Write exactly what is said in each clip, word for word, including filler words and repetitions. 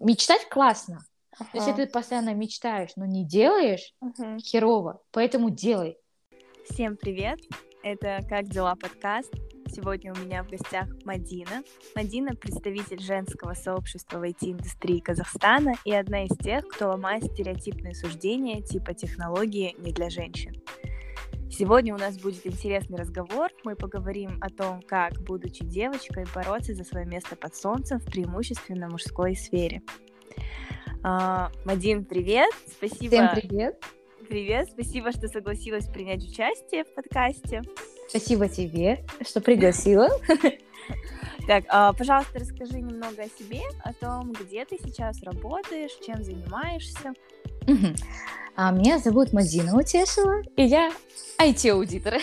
мечтать классно. Ага. Если ты постоянно мечтаешь, но не делаешь, Мгм. херово. Поэтому делай. Всем привет! Это «Как дела?» подкаст. Сегодня у меня в гостях Мадина. Мадина — представитель женского сообщества в ай ти-индустрии Казахстана и одна из тех, кто ломает стереотипные суждения типа «технологии не для женщин». Сегодня у нас будет интересный разговор. Мы поговорим о том, как, будучи девочкой, бороться за свое место под солнцем в преимущественно мужской сфере. А, Мадин, привет! Спасибо. Всем привет! Привет, спасибо, что согласилась принять участие в подкасте. Спасибо тебе, что пригласила. Так, а, пожалуйста, расскажи немного о себе, о том, где ты сейчас работаешь, чем занимаешься. Мгм. А, Меня зовут Мадина Утешева, и я ай ти-аудитор.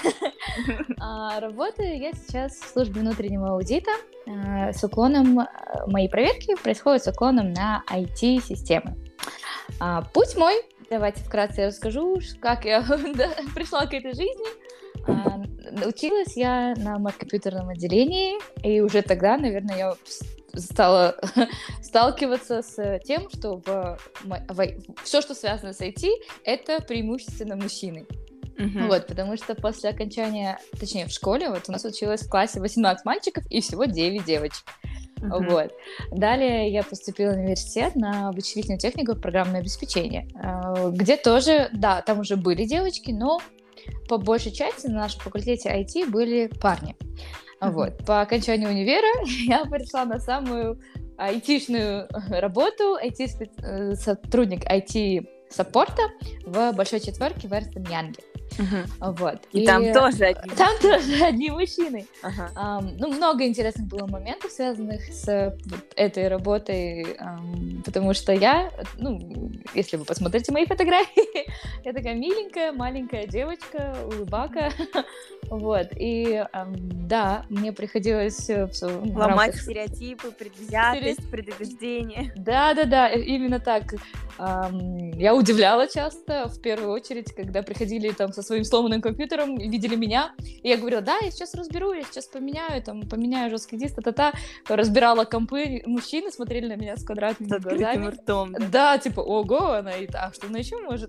А, Работаю я сейчас в службе внутреннего аудита а, с уклоном, а, мои проверки происходят с уклоном на ай ти-системы. А, Путь мой, давайте вкратце расскажу, ш- как я да, пришла к этой жизни. А, Училась я на компьютерном отделении, и уже тогда, наверное, я с- стала сталкиваться с тем, что в, все, что связано с ай ти, это преимущественно мужчины. Мгм. Вот, потому что после окончания, точнее, в школе, вот у нас училось в классе восемнадцать мальчиков и всего девять девочек. Мгм. Вот. Далее я поступила в университет на вычислительную технику и программное обеспечение, э, где тоже, да, там уже были девочки, но по большей части на нашем факультете ай ти были парни. Мгм. Вот. По окончанию универа я пришла на самую айтишную работу, ай ти-сотрудник ай ти-саппорта в большой четверке в Эрнст энд Янге. Мгм. Вот. И там тоже одни Там мужчины. тоже одни мужчины. Ага. Ам, ну, много интересных было моментов, связанных с вот этой работой, ам, потому что я, ну, если вы посмотрите мои фотографии, я такая миленькая, маленькая девочка, улыбака, вот, и ам, да, мне приходилось все в Ломать рамках... стереотипы, предвзятость, предубеждение. Да-да-да, э, именно так. Ам, Я удивляла часто, в первую очередь, когда приходили там со своим сломанным компьютером и видели меня, и я говорила, да, я сейчас разберу, я сейчас поменяю, там, поменяю жесткий диск, та-та-та, разбирала компы, мужчины смотрели на меня с квадратными С открытым глазами. ртом. Да. Да, типа, ого, она и так, что она еще может?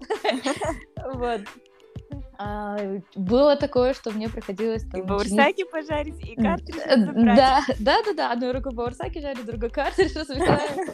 Вот. А, Было такое, что мне приходилось И там чинить. баурсаки пожарить, и М, картриджи э, забрать. Да, да, да, да. Одной рукой баурсаки жарю, другой картридж разбираю.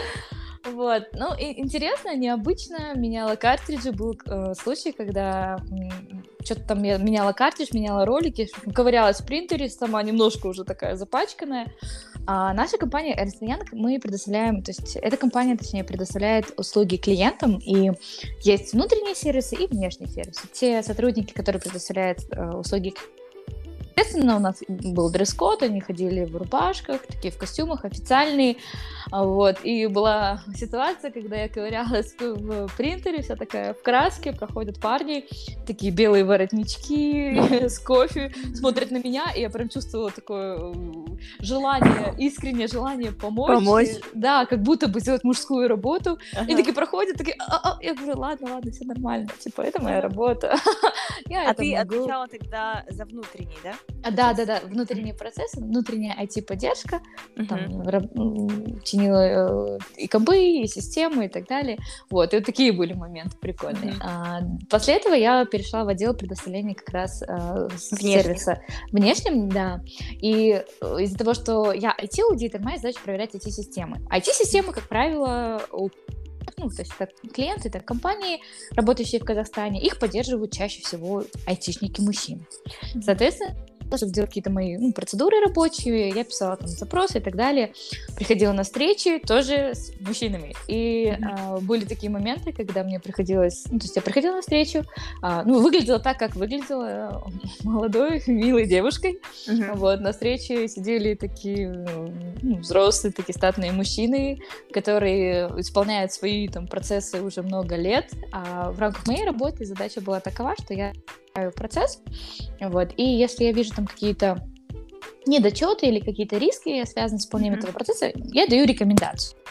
Вот. Ну, и интересно, необычно меняла картриджи. Был э, случай, когда что-то там я меняла картридж, меняла ролики, что-то ковырялась в принтере, сама немножко уже такая запачканная. А наша компания Ernst энд Young, мы предоставляем, то есть эта компания, точнее, предоставляет услуги клиентам, и есть внутренние сервисы и внешние сервисы. Те сотрудники, которые предоставляют э, услуги, естественно, у нас был дресс-код, они ходили в рубашках, такие в костюмах, официальные, а, вот, и была ситуация, когда я ковырялась в, в принтере, вся такая в краске, проходят парни, такие белые воротнички с кофе, смотрят на меня, и я прям чувствовала такое э, желание, искреннее желание помочь, Помочь. да, как будто бы сделать мужскую работу, Ага. и такие проходят, такие, а-а, я говорю, ладно, ладно, все нормально, типа, это моя работа, я А это ты могу. отвечала тогда за внутренний, да? А, да, да, да, внутренние процессы, внутренняя ай ти-поддержка, Мгм. там раб- м, чинила э, и компы, и системы, и так далее. Вот, и вот такие были моменты прикольные. Мгм. А, после этого я перешла в отдел предоставления как раз э, с- Внешних. сервиса внешним, да. И э, из-за того, что я ай ти-аудитор, моя задача проверять ай ти-системы. ай ти-системы, как правило, у ну, то есть это клиенты, это компании, работающие в Казахстане, их поддерживают чаще всего айтишники-мужчины. Мгм. Соответственно, чтобы делать какие-то мои ну, процедуры рабочие, я писала там запросы и так далее, приходила на встречи тоже с мужчинами. И Мгм. а, были такие моменты, когда мне приходилось, ну, то есть я приходила на встречу, а, ну, выглядела так, как выглядела э, молодой, милой девушкой. Мгм. Вот, на встрече сидели такие ну, взрослые, такие статные мужчины, которые исполняют свои там процессы уже много лет, а в рамках моей работы задача была такова, что я процесс, вот, и если я вижу там какие-то недочеты или какие-то риски, связанные с исполнением Мгм. этого процесса, я даю рекомендацию.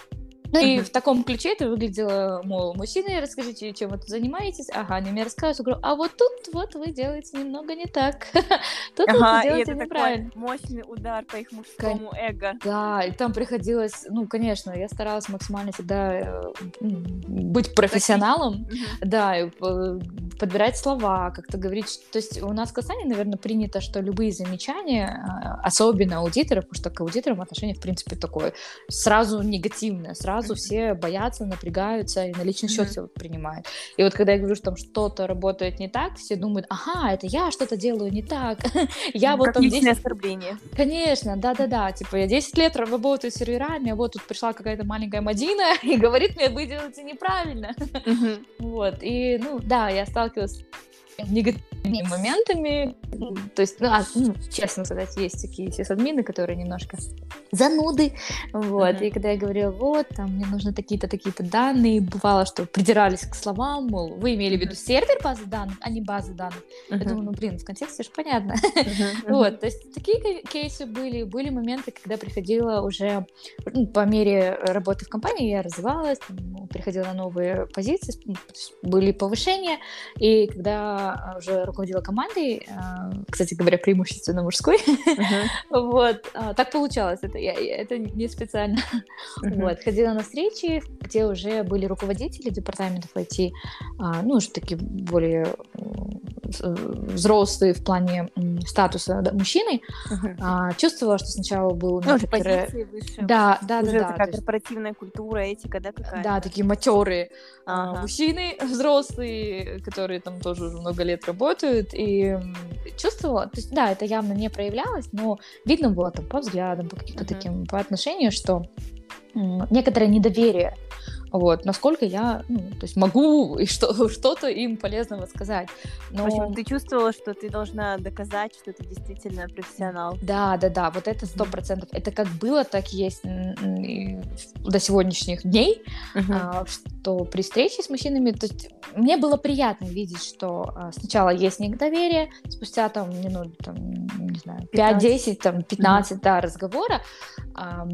Ну и в таком ключе это выглядело, мол, мужчины, расскажите, чем вы тут занимаетесь. Ага, они мне рассказывают, я говорю, а вот тут вот вы делаете немного не так. Тут вот Ага, вы и делаете это неправильно. такой мощный удар по их мужскому эго. Да, и там приходилось, ну, конечно, я старалась максимально всегда э, м, быть профессионалом, Мгм. да, и э, подбирать слова, как-то говорить. ш- То есть у нас в Казахстане, наверное, принято, что любые замечания, а, особенно аудиторов, потому что к аудиторам отношение, в принципе, такое сразу негативное, сразу Мгм. все боятся, напрягаются и на личный счет Мгм. все принимают. И вот когда я говорю, что там что-то работает не так, все думают, ага, это я что-то делаю не так, я вот Как там личное десять. оскорбление. Конечно, да-да-да, типа я десять лет работаю с серверами, а вот тут пришла какая-то маленькая Мадина и говорит мне, вы делаете неправильно. Мгм. Вот, и, ну, да, я сталкивалась с негативными моментами, ну, то есть, ну, а, ну, честно сказать, есть такие сисадмины, которые немножко зануды, вот, Мгм. и когда я говорила, вот, там, мне нужны такие-то, такие-то данные, бывало, что придирались к словам, мол, вы имели в виду Мгм. сервер базы данных, а не базы данных. Я Мгм. думаю, ну, блин, в контексте же понятно. Мгм. Вот, то есть такие кей- кейсы были. Были моменты, когда приходила уже, ну, по мере работы в компании, я развивалась, там, ну, приходила на новые позиции, с- ну, то есть были повышения, и когда а, уже руководила командой, а, кстати говоря, преимущественно мужской, Мгм. вот, а, так получалось, это, я, я- это не специально. Мгм. Вот, ходила на встречи, где уже были руководители департаментов ай ти, а, ну, уже такие более м, с- э, взрослые в плане м, статуса, да, мужчины. Мгм. А, чувствовала, что сначала был Ну, уже некоторые... позиции выше. Да, да, да, Уже да, такая то есть, корпоративная культура, этика, да, какая-то? да, такие матерые Ага. мужчины взрослые, которые там тоже уже много лет работают, и м, чувствовала, то есть, да, это явно не проявлялось, но видно было там по взглядам, по каким-то Мгм. таким, по отношению, что м, некоторое недоверие, вот, насколько я, ну, то есть могу и что, что-то им полезного сказать. В общем, Но ты чувствовала, что ты должна доказать, что ты действительно профессионал. да, да, да, вот это сто Мгм. процентов. Это как было, так и есть м, м, и до сегодняшних дней, Мгм. а, что при встрече с мужчинами, то есть мне было приятно видеть, что а, сначала есть недоверие, спустя там минут, там, не знаю, пять-десять, там, пятнадцать, да, разговора, ам,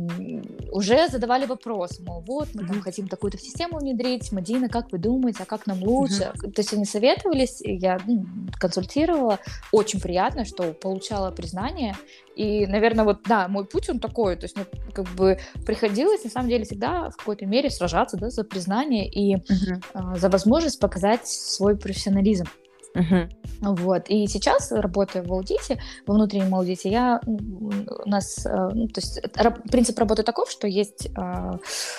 уже задавали вопрос, мол, вот, мы там Мгм. хотим такую-то систему внедрить, Мадина, как вы думаете, а как нам лучше? То есть они советовались, и я ну, консультировала, очень приятно, что получала признание, и, наверное, вот, да, мой путь, он такой, то есть, ну, как бы приходилось, на самом деле, всегда в какой-то мере сражаться, да, за признание и Мгм. а, за возможность показать свой профессионализм. Мгм. Вот. И сейчас, работая в аудите, во внутреннем аудите, я, м, у нас, э, ну, то есть это раб- принцип работы таков, что есть а,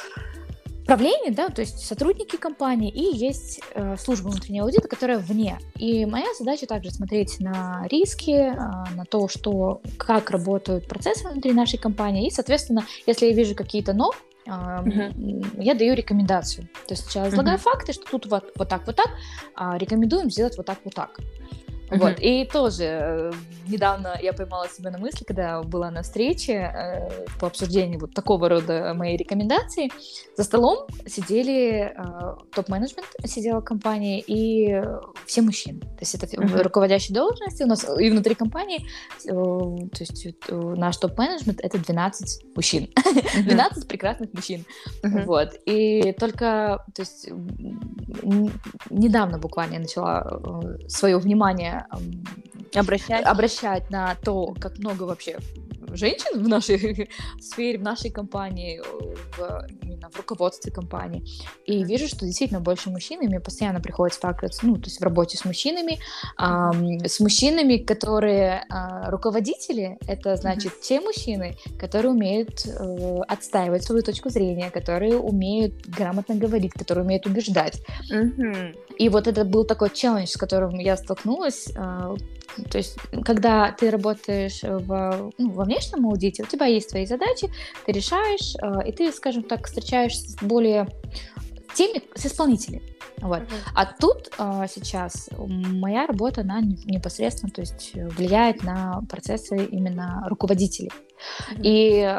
правление, да, то есть сотрудники компании, и есть э, служба внутреннего аудита, которая вне. И моя задача также смотреть на риски, а, на то, что, как работают процессы внутри нашей компании, и, соответственно, если я вижу какие-то но, а, м, я даю рекомендацию. То есть сначала излагаю Мгм. факты, что тут вот, вот так, вот так, а рекомендуем сделать вот так, вот так. Мгм. Вот, и тоже э, недавно я поймала себя на мысли, когда была на встрече э, по обсуждению вот такого рода моей рекомендации. За столом сидели э, топ-менеджмент, сидела компания, и э, все мужчины. То есть это в Мгм. руководящей должности у нас и внутри компании, э, то есть э, наш топ-менеджмент — это двенадцать мужчин, Мгм. двенадцать прекрасных мужчин. Мгм. Вот. И только, то есть, м, н- недавно буквально я начала свое внимание м, Обращать. обращать на то, как много вообще женщин в нашей сфере, в нашей компании, в, именно в руководстве компании. И Мгм. вижу, что действительно больше мужчин, и мне постоянно приходится сталкиваться, ну, то есть в работе с мужчинами, ам, с мужчинами, которые а, руководители, это значит те мужчины, которые умеют э, отстаивать свою точку зрения, которые умеют грамотно говорить, которые умеют убеждать. Мгм. И вот это был такой челлендж, с которым я столкнулась. а, То есть, когда ты работаешь во, ну, во внешнем аудите, у тебя есть твои задачи, ты решаешь, а, и ты, скажем так, встречаешься с более теми, с исполнителями. Вот. Мгм. А тут а, сейчас моя работа, она не- непосредственно, то есть э, влияет на процессы именно руководителей. Мгм. И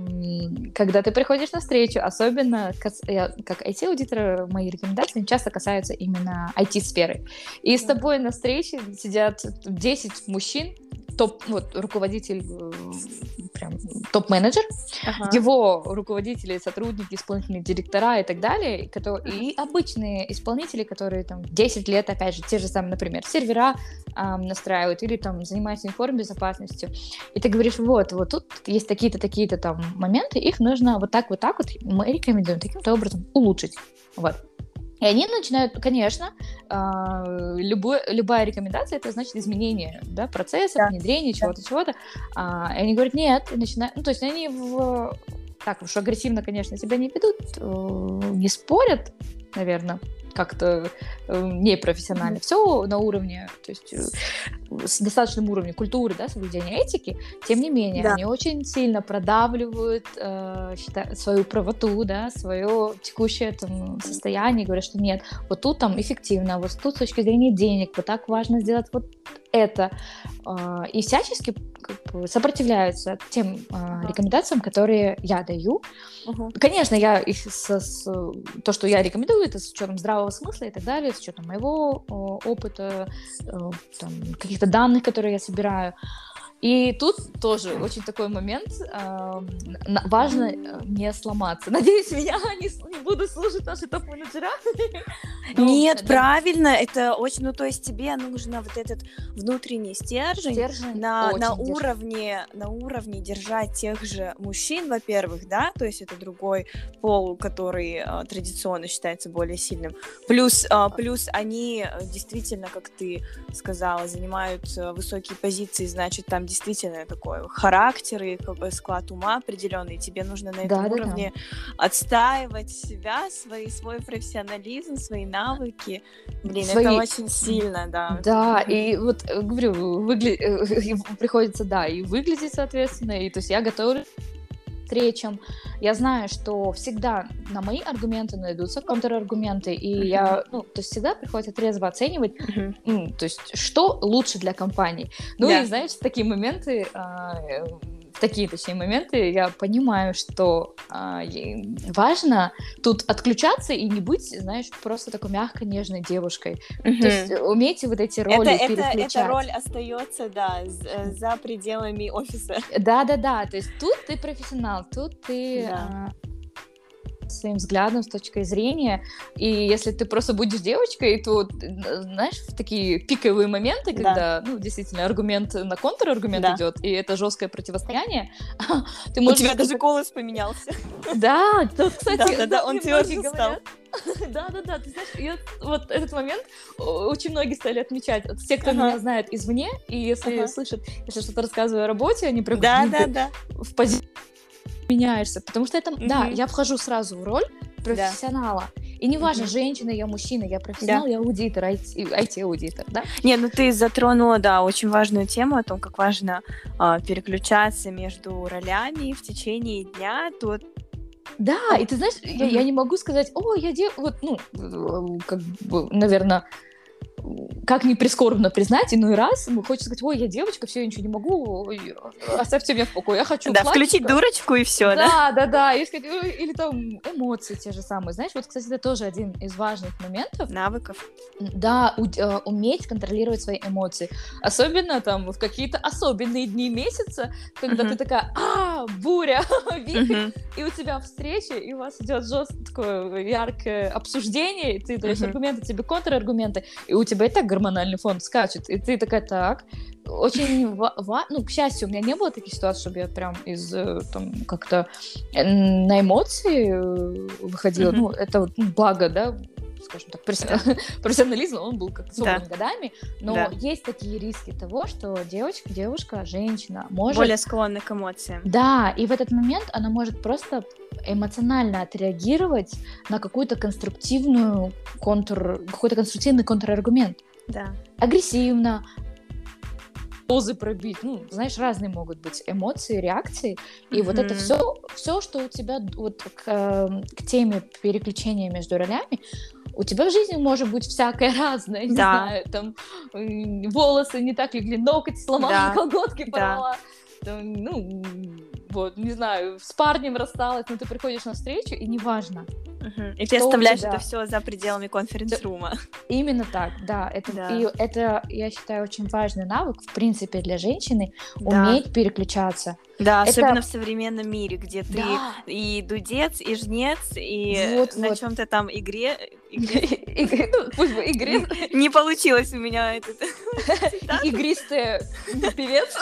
ам, когда ты приходишь на встречу, особенно кас- я, как ай ти-аудитор, мои рекомендации они часто касаются именно ай ти-сферы. И с Мгм. тобой на встрече сидят десять мужчин, топ, вот, руководитель, э, прям топ-менеджер, Ага. его руководители, сотрудники, исполнительные директора и так далее, которые, и обычные исполнители, которые там десять лет, опять же, те же самые, например, сервера э, настраивают или там занимаются информбезопасностью, и ты говоришь, вот, вот тут есть такие-то, такие-то там моменты, их нужно вот так, вот так вот, мы рекомендуем таким-то образом улучшить, вот. И они начинают, конечно, э, любой, любая рекомендация, это значит изменение, да, процессов, Да. внедрение чего-то, чего-то. А, и они говорят, нет, и начинают, ну, то есть они в, так уж агрессивно, конечно, себя не ведут, э, не спорят, наверное, как-то э, непрофессионально. Мгм. Все на уровне, то есть э, с достаточным уровнем культуры, да, соблюдения этики. Тем не менее, Да. они очень сильно продавливают э, счита- свою правоту, да, свое текущее там состояние, говорят, что нет, вот тут там эффективно, вот тут с точки зрения денег, вот так важно сделать вот это. А, и всячески как бы сопротивляются тем а, Ага. рекомендациям, которые я даю. Мгм. Конечно, я их со- с, то, что я рекомендую, это с учетом здравого смысла и так далее, с учетом моего о, опыта, э, там, каких-то данных, которые я собираю. И тут тоже очень такой момент, э, на- важно э, не сломаться. Надеюсь, меня не, с- не будут слушать наши топ-менеджера. Ну, Нет, да, правильно, это очень, ну то есть тебе нужно вот этот внутренний стержень стержень на, на очень держит. уровне, на уровне держать тех же мужчин, во-первых, да, то есть это другой пол, который э, традиционно считается более сильным. Плюс, э, плюс они э, действительно, как ты сказала, занимают э, высокие позиции, значит, там действительно такой характер и как бы склад ума определенный. Тебе нужно на этом Да, да, да. уровне отстаивать себя, свои, свой профессионализм, свои навыки. Блин, Свои- это очень сильно, да. Да, и вот э, говорю, выгля- э, приходится, да, и выглядеть, соответственно, и то есть я готовлюсь к встречам, я знаю, что всегда на мои аргументы найдутся контраргументы, и Мгм. я, ну, то есть всегда приходится трезво оценивать, Мгм. ну, то есть что лучше для компании. Ну Да. и, знаешь, в такие моменты, а, э, в такие, точнее, моменты я понимаю, что а, е- важно тут отключаться и не быть, знаешь, просто такой мягкой, нежной девушкой. Мгм. То есть умейте вот эти роли это, это, переключать. эта роль остается, да, з- э, за пределами офиса. Да-да-да, то есть тут ты профессионал, тут ты Да. а, своим взглядом, с точки зрения, и если ты просто будешь девочкой, то, ты, э, знаешь, в такие пиковые моменты, Да. когда, ну, действительно, аргумент на контраргумент Да. идет, и это жесткое противостояние, ты У можешь тебя даже сказать- голос поменялся. Да, тут, кстати, Да-да-да, он мне тверже многие стал. говорят. Да-да-да, ты знаешь, я вот этот момент о, очень многие стали отмечать. Вот все, кто Ага. меня знает извне, и если Ага. слышат, если что-то рассказываю о работе, они прям Да, «Блин, да, ты да. в позиции меняешься», потому что это, да, Мгм. я вхожу сразу в роль профессионала. И неважно, Мгм. женщина я, мужчина, я профессионал, я аудитор, ай ти-аудитор, да? Не, ну ты затронула, да, очень важную тему о том, как важно а, переключаться между ролями в течение дня. Тут Да, и ты знаешь, я, я Мгм. не могу сказать, о, я де... вот, ну, э, как бы, наверное, как ни прискорбно признать, иной раз ему хочется сказать, ой, я девочка, все, я ничего не могу, ой, оставьте меня в покое, я хочу да, платьишко». включить дурочку и все, да? Да, да, да, и сказать, «Ой», или там эмоции те же самые, знаешь, вот, кстати, это тоже один из важных моментов, Навыков. да, у- э, уметь контролировать свои эмоции, особенно там в какие-то особенные дни месяца, когда Мгм. ты такая, а, буря, вихрь, Мгм. и у тебя встреча, и у вас идет жесткое такое яркое обсуждение, и ты даешь Мгм. аргументы, тебе контраргументы, и у тебя и так гормональный фон скачет, и ты такая, так, очень, ва- ва- ну, к счастью, у меня не было таких ситуаций, чтобы я прям из, э, там, как-то э, на эмоции э, выходила, Мгм. ну, это вот, ну, благо, да, скажем так, профессионализм, профессионализм, он был как-то собран Да. годами, но Да. есть такие риски того, что девочка, девушка, женщина может... Более склонны к эмоциям. Да, и в этот момент она может просто эмоционально отреагировать на какую-то конструктивную контр... какой-то конструктивный контраргумент. Да. Агрессивно, позы пробить, ну, знаешь, разные могут быть эмоции, реакции, и вот это Мгм. все, все, что у тебя вот к, э, к теме переключения между ролями, у тебя в жизни может быть всякое разное, не Да. знаю, там э, волосы не так легли, ноготь сломала, Да. колготки Да. порвала, там, ну, вот, не знаю, с парнем рассталась, но ты приходишь на встречу, и неважно, Uh-huh. И ты Что у оставляешь тебя? это все за пределами конференц-рума. Именно так, да. Это, Да. И это, я считаю, очень важный навык, в принципе, для женщины, Да. уметь переключаться. Да, Это- особенно в современном мире, где ты Да. и дудец, и жнец, и Вот, на вот. чем-то там игре. игре. И- ну, пусть бы игре- Не получилось у меня этот цитата. игристый певец.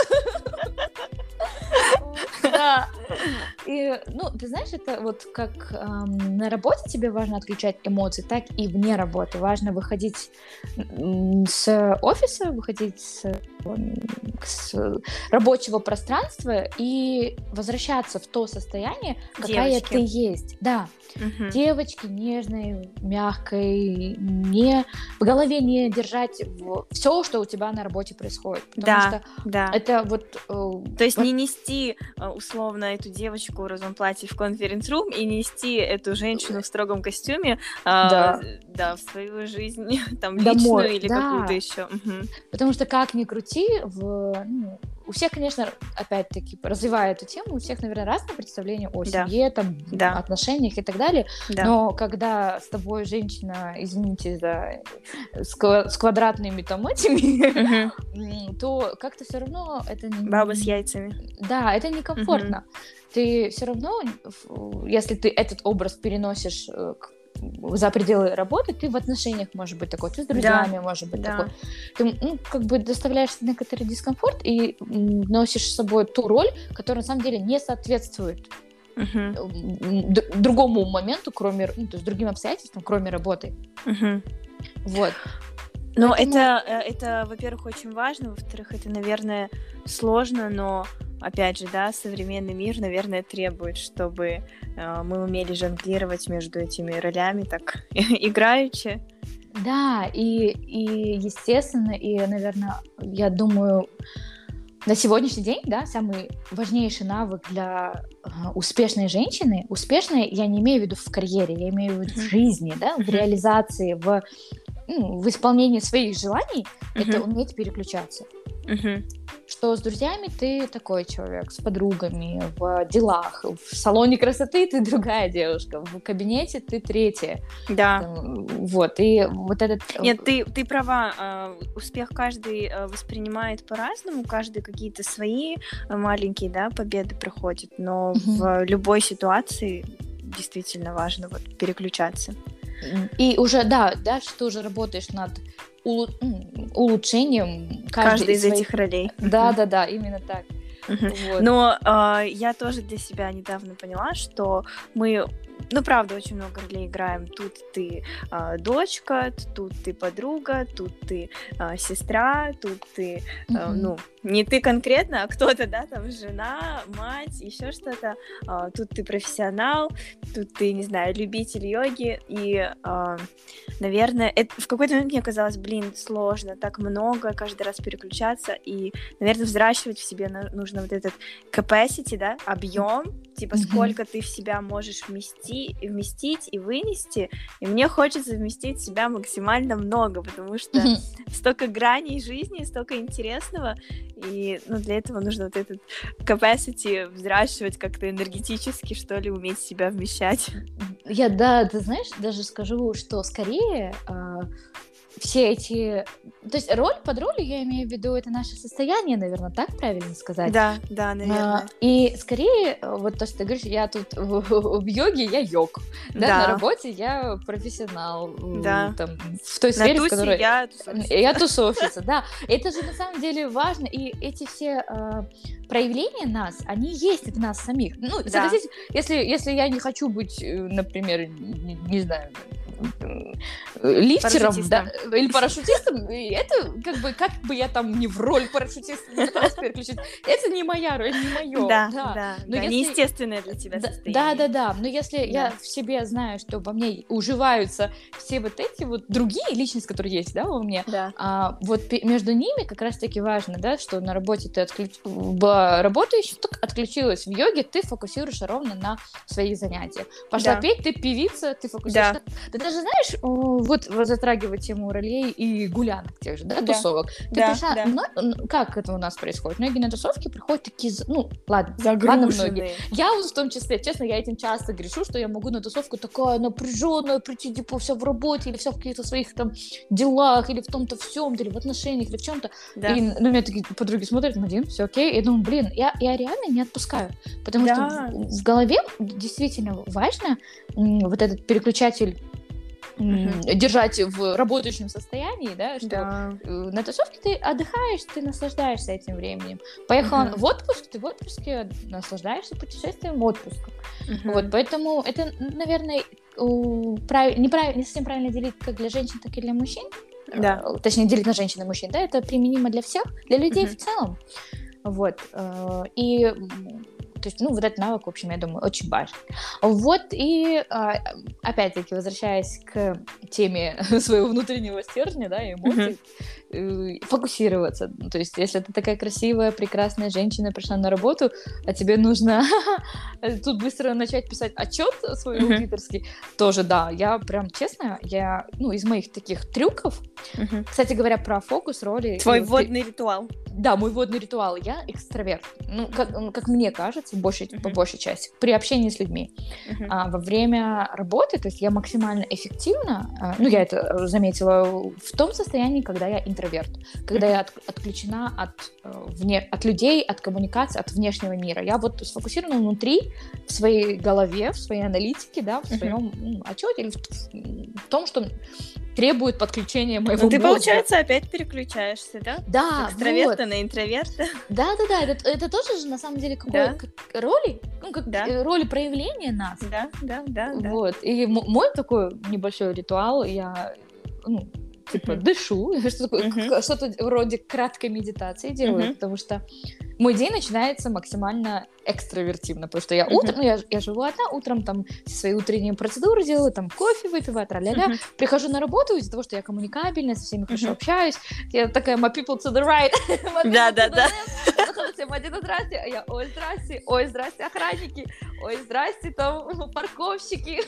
Да. И, ну, ты знаешь, это вот как эм, на работе тебе важно отключать эмоции, так и вне работы. Важно выходить м, с офиса, выходить с, м, с рабочего пространства и возвращаться в то состояние, какая Девочки. ты есть. Да. Мгм. Девочки нежной, мягкой, не в голове не держать все, что у тебя на работе происходит. Потому Да, что да. это вот... э, То есть вот- не нести э, условно эту девочку в розовом платье в конференц-рум и нести эту женщину в строгом костюме а, Да. да, в свою жизнь, там, Домой, личную или да. какую-то еще. Потому что как ни крути, в, ну, у всех, конечно, опять-таки, развивая эту тему, у всех, наверное, разное представление о Да. семье, там, Да. отношениях и так далее. Да. Но когда с тобой женщина, извините за с, ква- с квадратными там этими, Мгм. м, то как-то все равно это не... Баба с яйцами. Да, это некомфортно. Ты все равно, ф- если ты этот образ переносишь э, к- за пределы работы, ты в отношениях можешь быть такой, ты с друзьями можешь быть Да. такой. Ты, ну, как бы доставляешь некоторый дискомфорт и м, носишь с собой ту роль, которая на самом деле не соответствует Мгм. м, д- другому моменту, кроме, ну, то есть другим обстоятельствам, кроме работы. Мгм. Вот. Ну, Поэтому- это, э, это, во-первых, очень важно, во-вторых, это, наверное, сложно, но, опять же, да, современный мир, наверное, требует, чтобы э, мы умели жонглировать между этими ролями так играючи. Да, и, и естественно, и, наверное, я думаю, на сегодняшний день, да, самый важнейший навык для э, успешной женщины, успешной я не имею в виду в карьере, я имею в виду в Мгм. жизни, да, в Мгм. реализации, в, ну, в исполнении своих желаний, это Мгм. уметь переключаться. Мгм. Что с друзьями ты такой человек, с подругами, в делах, в салоне красоты ты другая девушка, в кабинете ты третья. Да. Там, Вот, и вот этот... э, Нет, ты, ты права. а, Успех каждый а, воспринимает по-разному, каждый какие-то свои а, маленькие, да, победы проходит, но Мгм. в любой ситуации действительно важно вот переключаться. И уже, да, дальше ты уже работаешь над улу- м, улучшением каждой, Каждый из своих- этих ролей. Да, да, да, именно так. Мгм. Вот. Но а, я тоже для себя недавно поняла, что мы, ну, правда, очень много ролей играем. Тут ты а, дочка, тут ты подруга, тут ты а, сестра, тут ты, а, Мгм. ну, не ты конкретно, а кто-то, да, там, жена, мать, еще что-то. А, тут ты профессионал, тут ты, не знаю, любитель йоги. И, а, наверное, это, в какой-то момент мне казалось, блин, сложно, так много, каждый раз переключаться. И, наверное, взращивать в себе на- нужно вот этот capacity, да, объем, типа Мгм. сколько ты в себя можешь вмести, вместить и вынести. И мне хочется вместить в себя максимально много, потому что Мгм. столько граней жизни, столько интересного, и ну, для этого нужно вот этот capacity взращивать как-то энергетически, что ли, уметь себя вмещать. Я, да, ты знаешь, даже скажу, что скорее а, все эти... То есть роль под ролью, я имею в виду, это наше состояние, наверное, так правильно сказать? Да, да, А, наверное. и скорее, э, вот то, что ты говоришь, я тут в, в йоге, я йог, да, Да. на работе я профессионал, м, Да. там, в той На сфере, в тусе которой... я тусовщица. Я тусовщица, да. Это же на самом деле важно, и эти все э, проявления нас, они есть в нас самих. Ну, Да. согласитесь, если, если я не хочу быть, э, например, не, не знаю, э, лифтером, да, Парашютистом. или парашютистом, и это как бы, как бы я там не в роль парашютиста не пыталась переключить, это не моя роль, не мое. Да, да, Но да, если- неестественное для тебя Да, состояние. да, да, да. Но если я Да. в себе знаю, что во мне уживаются все вот эти вот другие личности, которые есть, да, во мне, Да. а, вот пе- между ними как раз-таки важно, да, что на работе ты отключ... в работающей ты отключилась, в йоге ты фокусируешься ровно на своих занятиях. Пошла Да. петь, ты певица, ты фокусируешься. Да. Ты же, знаешь, вот, вот затрагивать тему ролей и гулянок тех же, да, Да. тусовок. Ты Да, пришла, да. мно- как это у нас происходит? Многие на тусовки приходят такие, за- ну, ладно, ладно, многие. Загруженные. Я вот в том числе, честно, я этим часто грешу, что я могу на тусовку такая напряженная прийти, типа, вся в работе, или вся в каких-то своих там делах, или в том-то всем, или в отношениях, или в чем-то. Да. И на меня такие подруги смотрят, Мадин, все окей. Я думаю, блин, я, я реально не отпускаю. Потому Да. что в, в голове действительно важно м, вот этот переключатель м, Мгм. держать в работающем состоянии, да, что Да. э, на тусовке ты отдыхаешь, ты наслаждаешься этим временем. Поехала Мгм. в отпуск, ты в отпуске наслаждаешься путешествием, отпуском. Мгм. Вот, поэтому это, наверное, у- прав- неправ- не совсем правильно делить как для женщин, так и для мужчин. Да. Э, Точнее, делить на женщин и мужчин, да, это применимо для всех, для людей Мгм. в целом. Вот. э, И, м, то есть, ну, вот этот навык, в общем, я думаю, очень важен. Вот, и а, опять-таки, возвращаясь к теме своего внутреннего стержня, да, и эмоций, э, фокусироваться. Ну, то есть, если ты такая красивая, прекрасная женщина, пришла на работу, а тебе нужно тут быстро начать писать отчет свой Мгм. аудиторский, тоже, да, я прям, честно, я, ну, из моих таких трюков, Мгм. кстати говоря, про фокус, роли... и Твой вот ты- вводный ритуал. Да, мой водный ритуал. Я экстраверт. Ну, как, м, как мне кажется, большей, по Мгм. большей части, при общении с людьми. Мгм. А во время работы, то есть я максимально эффективна, а, ну, я это заметила в том состоянии, когда я интроверт, когда я от- отключена от, э, вне, от людей, от коммуникации, от внешнего мира. Я вот сфокусирована внутри, в своей голове, в своей аналитике, да, в Мгм. своем м, отчете, или в, в- в том, что требует подключения моего Ну, ты, мозга. получается, опять переключаешься, да? Да, С экстраверта вот. на интроверта. Да-да-да, это, это тоже же на самом деле какой, Да. как роли, ну, как Да. э, роли проявления нас. Да, да, да, да. Вот. И м- мой такой небольшой ритуал, я, ну, типа, Мгм. дышу, что такое, Мгм. к- что-то вроде краткой медитации делаю, Мгм. потому что мой день начинается максимально экстравертивно, потому что я Мгм. утром, ну, я, я живу одна, утром там все свои утренние процедуры делаю, там кофе выпиваю, тра-ля-ля, Мгм. прихожу на работу из-за того, что я коммуникабельная, со всеми хорошо Мгм. общаюсь, я такая, my people to the right, my people Да, to да, the да. left. Заходят все, Мадина, здрасте, а я, ой, здрасте, ой, здрасте, охранники, ой, здрасте, там, парковщики.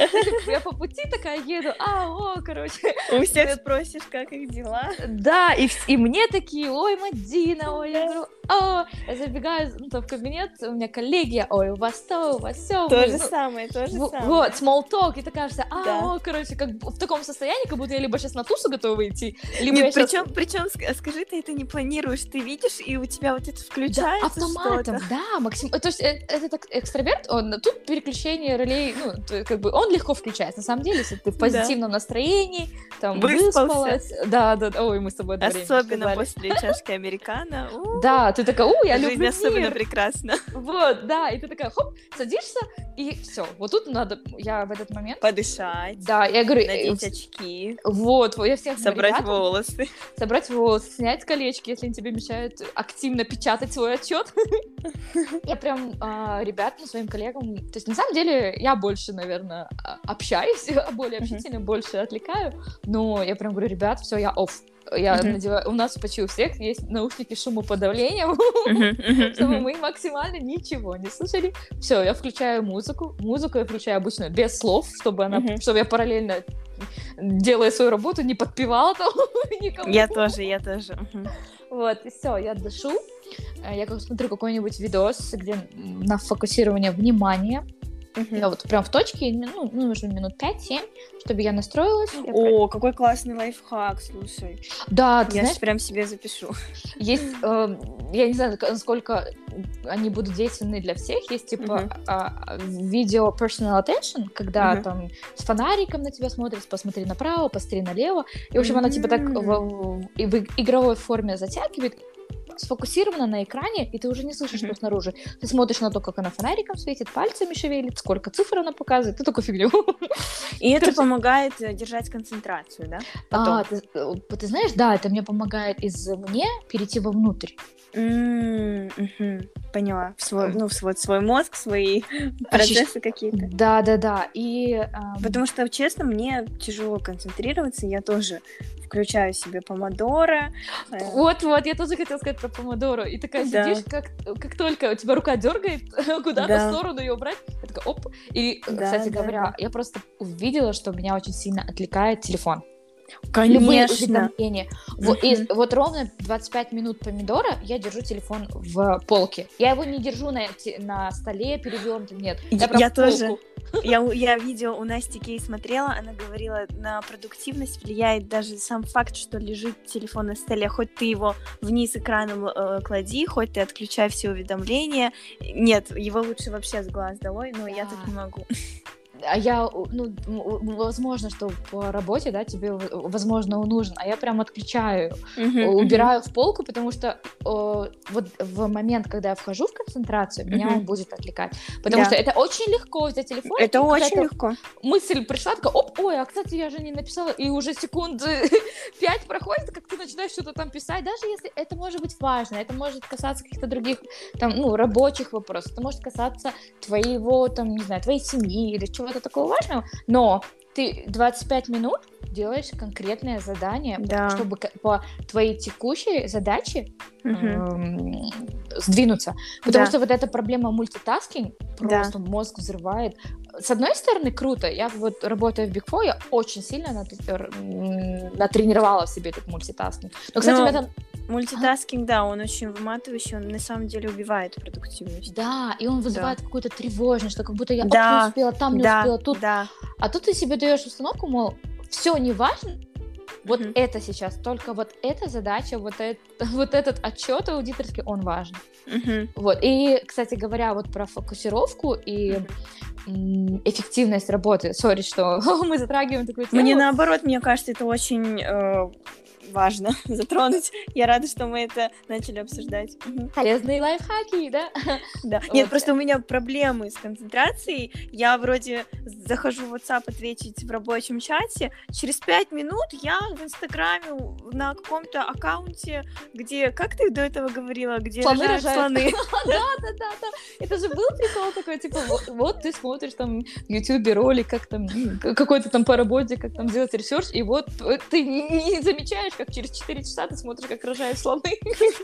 Я по пути такая еду, а, о, короче. У всех спросишь, как их дела. Да, и, вс- и мне такие, ой, Мадина, ой, я говорю, о, я забегаю ну, там, в кабинет, у меня коллеги, ой, у вас то, у вас все. То же самое, то же Вот, самое. small talk, и такая вся, а, Да. о, короче, как б- в таком состоянии, как будто я либо сейчас на тусу готова идти, либо Нет, я щас- причем, причем, скажи, ты это не планируешь, ты видишь, и у тебя вот это Да, включается автоматом, что-то. да, Максим. То есть э, это так экстраверт, он тут переключение ролей, ну, то- как бы он легко включается. На самом деле, если ты в Да. позитивном настроении, там Выспался. выспалась, да, да, да, ой, мы с тобой одновременно Особенно сказали. после чашки американо. У, Да, ты такая, у, я Жизнь люблю особенно мир. прекрасна. Вот, да, и ты такая, хоп, садишься, и все. Вот тут надо, я в этот момент, Подышать, да, я говорю, э, надеть в- очки, вот, вот, я всех собрать ребятам волосы. собрать волосы, снять колечки, если они тебе мешают активно печатать свой отчет. Я прям а, ребятам, своим коллегам, то есть на самом деле я больше, наверное, а, общаюсь, более Мгм. общительно, больше отвлекаю, но я прям говорю, ребят, все, я офф. Я Мгм. надеваю, у нас почти у всех есть наушники с шумоподавлением, чтобы мы максимально ничего не слышали. Все, я включаю музыку. Музыку я включаю обычно без слов, чтобы она, Мгм. чтобы я параллельно, делая свою работу, не подпевала там никому. Я тоже, я тоже. Мгм. Вот, и все, я дышу. Э, Я как смотрю какой-нибудь видос, где м, на фокусирование внимания. Мгм. Я вот прям в точке, ну, ну, нужно минут пять-семь, чтобы я настроилась. Я про- О, какой классный лайфхак, слушай. Да, ты Я знаешь, ж прям себе запишу. есть, э, я не знаю, нака- насколько они будут действенны для всех, есть типа Мгм. а, а, видео personal attention, когда Мгм. там с фонариком на тебя смотрит, посмотри направо, посмотри налево, и в общем она тебя так в, в- и в игровой форме затягивает, сфокусирована на экране, и ты уже не слышишь, Мгм. что снаружи. Ты смотришь на то, как она фонариком светит, пальцами шевелит, сколько цифр она показывает, ты такую фигню. И это Короче, помогает э, держать концентрацию, да? Потом. А, ты, э, ты знаешь, да, это мне помогает извне перейти вовнутрь. М, мгм. Поняла. В свой, ну, в свой, свой мозг, свои процессы какие-то. Да, да, да. И ам, Потому что, честно, мне тяжело концентрироваться. Я тоже включаю себе помодоро. э, вот, вот, я тоже хотела сказать про помодоро. И такая Да. сидишь, как, как только у тебя рука дергает куда-то Да. в сторону ее убрать, Я такая, оп. И, Да, кстати да, говоря, да. я просто увидела, что меня очень сильно отвлекает телефон. Любые Конечно. уведомления. Вот, и Мгм. вот ровно двадцать пять минут помидора я держу телефон в полке. Я его не держу на, те- на столе перевернутым, нет. Я прям Я в тоже. полку. Я, у- я видео у Насти Кей смотрела, она говорила, на продуктивность влияет даже сам факт, что лежит телефон на столе. Хоть ты его вниз экраном э, клади, хоть ты отключай все уведомления. Нет, его лучше вообще с глаз долой, но я так Да. не могу. А я, ну, м, возможно, что по работе, да, тебе, в- возможно, он нужен, а я прям отключаю, Мгм, мгм, убираю в полку, потому что э, вот в момент, когда я вхожу в концентрацию, меня Мгм. он будет отвлекать. Потому Да. что это очень легко взять телефон. Это и очень какая-то легко. мысль пришла, такая, оп, ой, а, кстати, я же не написала, и уже секунды пять проходит, как ты начинаешь что-то там писать, даже если это может быть важно, это может касаться каких-то других, там, ну, рабочих вопросов, это может касаться твоего, там, не знаю, твоей семьи или чего-то такого важного, но ты двадцать пять минут делаешь конкретное задание, Да. чтобы к- по твоей текущей задаче Мгм. эм, сдвинуться. Потому Да. что вот эта проблема мультитаскинг Да. просто мозг взрывает. С одной стороны, круто. Я вот работаю в Big Four, я очень сильно нат- р- м, натренировала в себе этот мультитаскинг. Но, кстати, Но у меня там... Мультитаскинг, да, он очень выматывающий, он на самом деле убивает продуктивность. Да, и он вызывает какую-то тревожность, что как будто я оп, Да, не успела, там не да, успела, тут. да. А тут ты себе даешь установку, мол, все не важно, вот Мгм. это сейчас, только вот эта задача, вот, это, вот этот отчет аудиторский, он важен. Мгм. Вот. И, кстати говоря, вот про фокусировку и Мгм. м, эффективность работы. Сори, что мы затрагиваем такую тему. Мне наоборот, мне кажется, это очень э, важно затронуть. Я рада, что мы это начали обсуждать. Мгм. Полезные лайфхаки, да? Да. Вот. Нет, просто у меня проблемы с концентрацией. Я вроде захожу в WhatsApp ответить в рабочем чате. Через пять минут я в Инстаграме у- на каком-то аккаунте, где, как ты до этого говорила, где Слоны рожают рожают. слоны. Да, да, да, да. Это же был прикол такой, типа, вот, вот ты смотришь там в Ютубе ролик, как там, м, к- какой-то там по работе, как там сделать ресерч, и вот э, ты не, не замечаешь, как через четыре часа ты смотришь, как рожают слоны.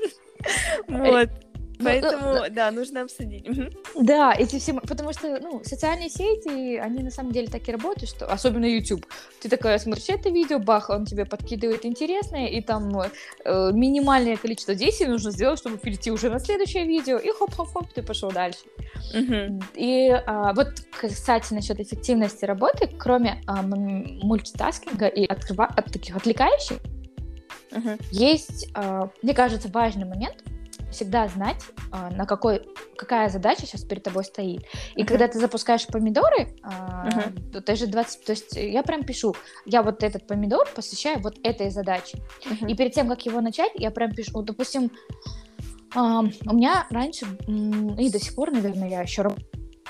Вот. Ну, Поэтому, да, нужно обсудить. Мгм. Да, эти все, м- потому что, ну, социальные сети, они на самом деле так и работают, что, особенно YouTube, ты такая смотришь это видео, бах, он тебе подкидывает интересное, и там э, минимальное количество действий нужно сделать, чтобы перейти уже на следующее видео, и хоп-хоп-хоп, ты пошел дальше. Мгм. И а, вот, кстати, насчет эффективности работы, кроме а, м- мультитаскинга и открыва- от таких отвлекающих, Мгм. есть, а, мне кажется, важный момент всегда знать, а, на какой, какая задача сейчас перед тобой стоит. И Мгм. когда ты запускаешь помидоры, а, Мгм. то ты же двадцать, то есть я прям пишу, я вот этот помидор посвящаю вот этой задаче. Мгм. И перед тем, как его начать, я прям пишу, вот, допустим, ам, у меня раньше, м, и до сих пор, наверное, я еще работаю,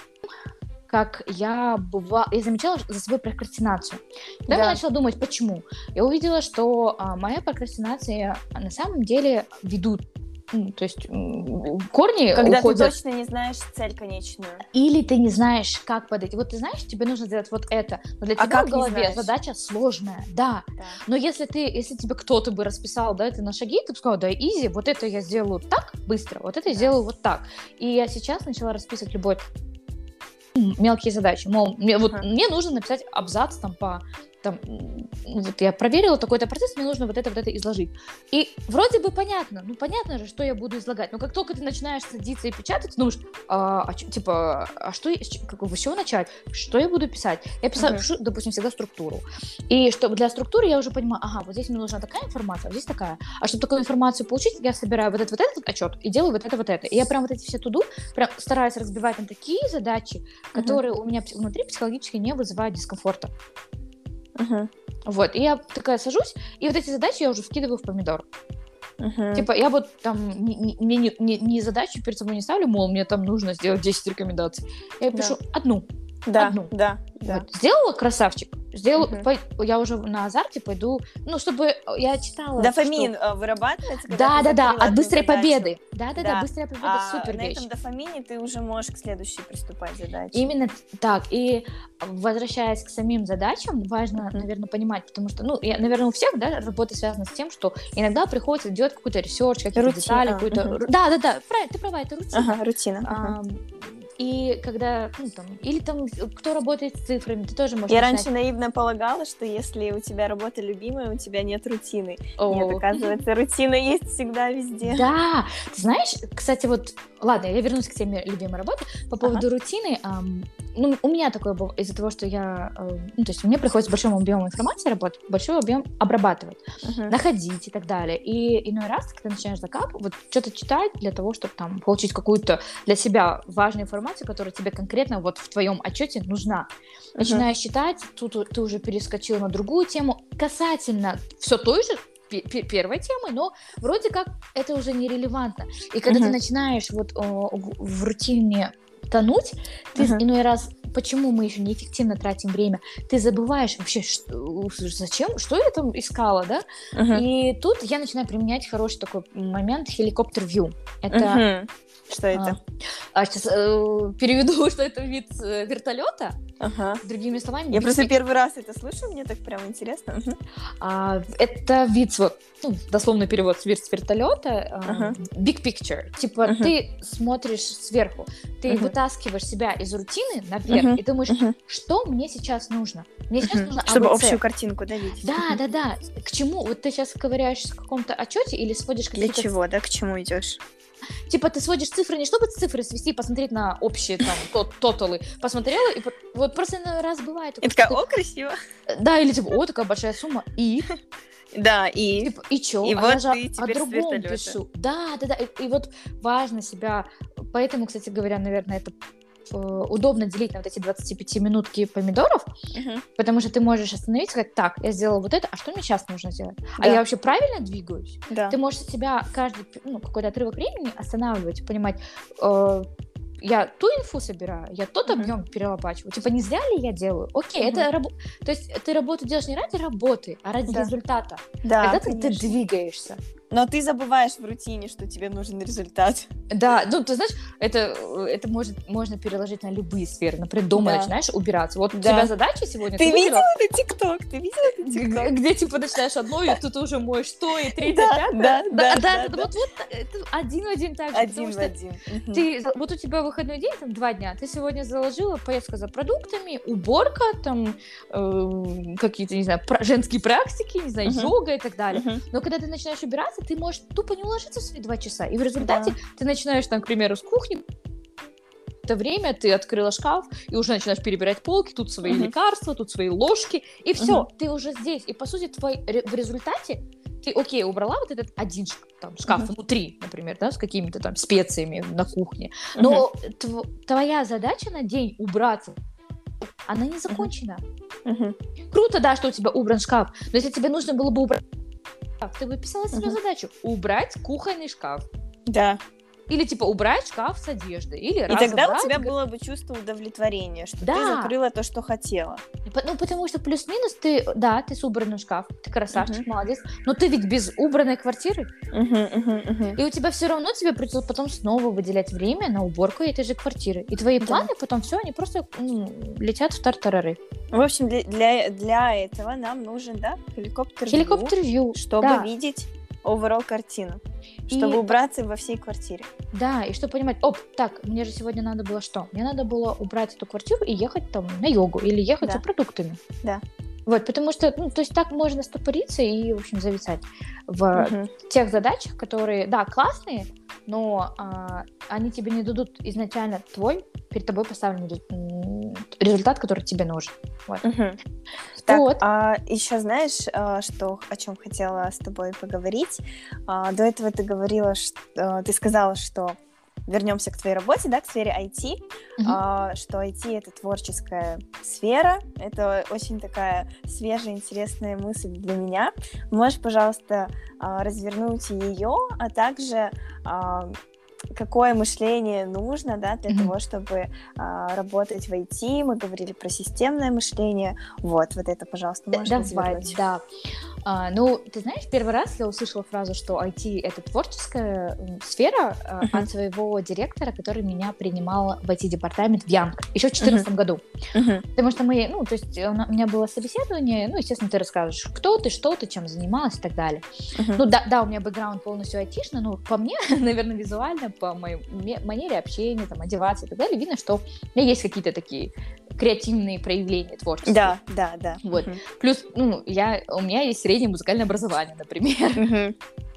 как я бывала, я замечала за собой прокрастинацию. Потом я Да. начала думать, почему. Я увидела, что а, моя прокрастинация а, на самом деле ведут, ну, то есть м, корни Когда ты уходят. точно не знаешь цель конечную. Или ты не знаешь, как подойти. Вот ты знаешь, тебе нужно сделать вот это, но для А тебя как в не голове знаешь? задача сложная, да. Да. Но если ты, если тебе кто-то бы расписал, да, это на шаги, ты бы сказала, да, изи, вот это я сделаю так быстро, вот это я Да. сделаю вот так. И я сейчас начала расписывать любой м, мелкие задачи. Мол, мне, вот, Ага. мне нужно написать абзац там по... Там, м, вот я проверила такой-то процесс, мне нужно вот это, вот это изложить. И вроде бы понятно, ну понятно же, что я буду излагать, но как только ты начинаешь садиться и печатать, ты думаешь, а, а чё- типа, а что, я- с ч- как бы, с чего начать? Что я буду писать? Я писаю, Мгм. пишу, допустим, всегда структуру. И чтобы для структуры я уже понимаю, ага, вот здесь мне нужна такая информация, а вот здесь такая. А чтобы такую информацию получить, я собираю вот этот вот этот отчет и делаю вот это вот это. И я прям вот эти все туду прям стараюсь разбивать на такие задачи, Мгм. которые у меня пс- внутри психологически не вызывают дискомфорта. Мгм. Вот, и я такая сажусь, и вот эти задачи я уже вкидываю в помидор. Мгм. Типа, я вот там не, не- мне не, не- не задачу перед собой не ставлю, мол, мне там нужно сделать десять рекомендаций. Я Да. пишу одну. Да, одну. да, да. Вот. Сделала, красавчик. Сделала, Мгм. пой- я уже на азарте пойду, ну, чтобы я читала. Дофамин что- э, вырабатывается, когда Да, ты да, да, закрыла от одну быстрой задачу. победы. Да, да, да, Да. быстрая победа, А супер на вещь. этом дофамине ты уже можешь к следующей приступать задаче. Именно так. И возвращаясь к самим задачам, важно, Мгм. наверное, понимать, потому что, ну, я, наверное, у всех, да, работа связана с тем, что иногда приходится делать какой-то ресерч, какие-то Рутина, детали, какой-то... мгм. Да, да, да, правильно, ты права, это рутина. Ага, рутина. Ага. Ам, и когда, ну, там, или там, кто работает с цифрами, ты тоже можешь Я начинать... раньше наивно полагала, что если у тебя работа любимая, у тебя нет рутины. О. Нет, оказывается, рутина есть всегда везде. Да, ты знаешь, кстати, вот, ладно, я вернусь к теме любимой работы. По поводу Ага. рутины, ам, ну, у меня такое было из-за того, что я, э, ну, то есть мне приходится большим объемом информации работать, большой объем обрабатывать, Мгм. находить и так далее. И иной раз, когда начинаешь закапывать, вот что-то читать для того, чтобы там получить какую-то для себя важную информацию, которая тебе конкретно вот в твоем отчете нужна. Мгм. Начинаешь читать, тут у- ты уже перескочил на другую тему, касательно все той же пе- пе- первой темы, но вроде как это уже нерелевантно. И когда ты Мгм. начинаешь вот о, в в рутине тонуть, ты Мгм. иной раз, почему мы еще неэффективно тратим время, ты забываешь вообще, что, зачем, что я там искала, да? Мгм. И тут я начинаю применять хороший такой момент хеликоптер-вью. Это Мгм. Что это? а, сейчас переведу, что это вид э, вертолета. Ага. Другими словами, Я big просто pic- первый раз это слышу, мне так прям интересно. Мгм. а, это вид, вот, ну, дословный перевод с вид с вертолета, а, Ага. big picture. Типа Мгм. ты смотришь сверху, ты Мгм. вытаскиваешь себя из рутины наверх Мгм. и думаешь, Мгм. что мне сейчас нужно? Мне сейчас Мгм. нужно Чтобы А Б С. общую картинку, да, видеть. Да, Мгм. да, да. К чему? Вот ты сейчас ковыряешься в каком-то отчете или сводишь Для какие-то... чего, да, к чему идешь? Типа ты сводишь цифры не чтобы цифры свести, посмотреть на общие там тот- тоталы, посмотрела, и вот, вот просто иной раз бывает И такое, такая, что о, красиво. ты- да, или типа, о, такая большая сумма, и, Да, и... типа, и чё? И А вот я же ты о теперь с другом вертолета. пишу. Да, да, да, и, и вот важно себя, поэтому, кстати говоря, наверное, это э, удобно делить на вот эти двадцать пять минутки помидоров, Мгм. потому что ты можешь остановиться и сказать, так, я сделала вот это, а что мне сейчас нужно сделать? А Да. я вообще правильно двигаюсь? Да. Ты можешь себя каждый, ну, какой-то отрывок времени останавливать, понимать, э, я ту инфу собираю, я тот Мгм. объем перелопачиваю. Типа, не зря ли я делаю? Окей, Мгм. это работа. То есть ты работу делаешь не ради работы, а ради Да. результата. Да, Когда ты, ты конечно. двигаешься. Но ты забываешь в рутине, что тебе нужен результат. Да, ну, ты знаешь, это, это может, можно переложить на любые сферы. Например, дома Да. начинаешь убираться. Вот у Да. тебя задача сегодня. Ты выделила, видела это ТикТок? Ты видела это г- ТикТок? где, типа, начинаешь одно, и тут уже моешь то, и третье, Да, пятое. да, да, да, да, это да. вот, вот это один в один так же. Один потому в что один. Мгм. ты, за- вот у тебя выходной день, там, два дня, ты сегодня заложила поездка за продуктами, уборка, там, э, какие-то, не знаю, пра- женские практики, не знаю, Мгм. йога и так далее. Мгм. Но когда ты начинаешь убираться, ты можешь тупо не уложиться в свои два часа, и в результате ты начинаешь, там, к примеру, с кухни, это время ты открыла шкаф и уже начинаешь перебирать полки, тут свои Мгм. лекарства, тут свои ложки, и все, Мгм. ты уже здесь. И, по сути, твой, ре- в результате ты, окей, убрала вот этот один ш- там, шкаф Мгм. внутри, например, да, с какими-то там специями на кухне, Мгм. но тв- твоя задача на день убраться, она не закончена. Мгм. Круто, да, что у тебя убран шкаф, но если тебе нужно было бы убрать шкаф, ты бы писала себе Мгм. задачу убрать кухонный шкаф. Да. Или типа убрать шкаф с одеждой. Или И тогда у разобрать тебя г- было бы чувство удовлетворения, что ты Да. закрыла то, что хотела. По- Ну, потому что плюс-минус ты, да, ты с убранным шкафом, ты красавчик, Мгм. молодец, но ты ведь без убранной квартиры, Мгм, мгм, мгм. и у тебя все равно тебе придется потом снова выделять время на уборку этой же квартиры. И твои Да. планы потом все, они просто ну, летят в тартарары. В общем, для, для, для этого нам нужен, да, хеликоптер, Хеликоптер-вью. чтобы да. видеть overall картину, И чтобы по- убраться во всей квартире. Да, и что понимать, оп, так, мне же сегодня надо было что? Мне надо было убрать эту квартиру и ехать там на йогу или ехать Да. за продуктами. Да. Вот, потому что, ну, то есть так можно стопориться и, в общем, зависать в Мгм. тех задачах, которые, да, классные, но а, они тебе не дадут изначально твой, перед тобой поставленный ре- м, результат, который тебе нужен. Вот. Мгм. Так, Вот. а еще знаешь, а, что, о чем хотела с тобой поговорить? А, До этого ты говорила, что, а, ты сказала, что вернемся к твоей работе, да, к сфере ай ти, Мгм. а, что ай ти — это творческая сфера, это очень такая свежая, интересная мысль для меня. Можешь, пожалуйста, а, развернуть ее, а также а, какое мышление нужно, да, для Мгм. того, чтобы а, работать в ай ти. Мы говорили про системное мышление. Вот, вот это, пожалуйста, можешь Давай, развернуть. да. А, ну, ты знаешь, первый раз я услышала фразу, что ай ти — это творческая сфера, uh-huh. от своего директора, который меня принимал в ай ти-департамент в Янг еще в две тысячи четырнадцатом uh-huh. году. Uh-huh. Потому что мы, ну, то есть у меня было собеседование, ну, естественно, ты расскажешь, кто ты, что ты, чем занималась и так далее. Uh-huh. Ну, да, да, у меня бэкграунд полностью айтишный, но по мне, наверное, визуально, по моей манере общения, там, одеваться и так далее, видно, что у меня есть какие-то такие креативные проявления творчества. Да, да, да. Вот. Uh-huh. Плюс, ну, я, у меня есть среднее музыкальное образование, например. Uh-huh.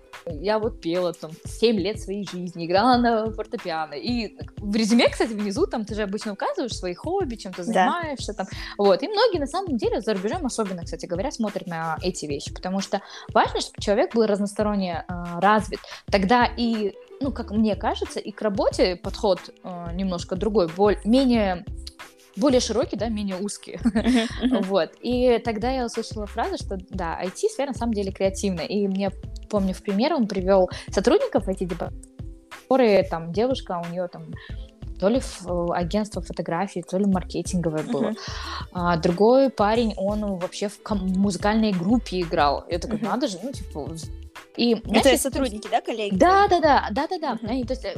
Я вот пела там семь лет своей жизни, играла на фортепиано. И в резюме, кстати, внизу там ты же обычно указываешь свои хобби, чем ты занимаешься. Да. Там. Вот. И многие, на самом деле, за рубежом особенно, кстати говоря, смотрят на эти вещи, потому что важно, чтобы человек был разносторонне э, развит. Тогда и, ну, как мне кажется, и к работе подход э, немножко другой, более, менее... более широкий, да, менее узкий. Uh-huh, uh-huh. Вот. И тогда я услышала фразу, что да, ай ти-сфера на самом деле креативная. И мне, помню, в пример он привел сотрудников ай ти-департамента, которые там девушка, у нее там то ли в агентство фотографий, то ли маркетинговое было. Uh-huh. А другой парень, он вообще в ком- музыкальной группе играл. Я такая, uh-huh. надо же, ну, типа... И, это знаешь, сотрудники, да, коллеги? Да, да, да, да, да, да. Uh-huh. Они, то есть,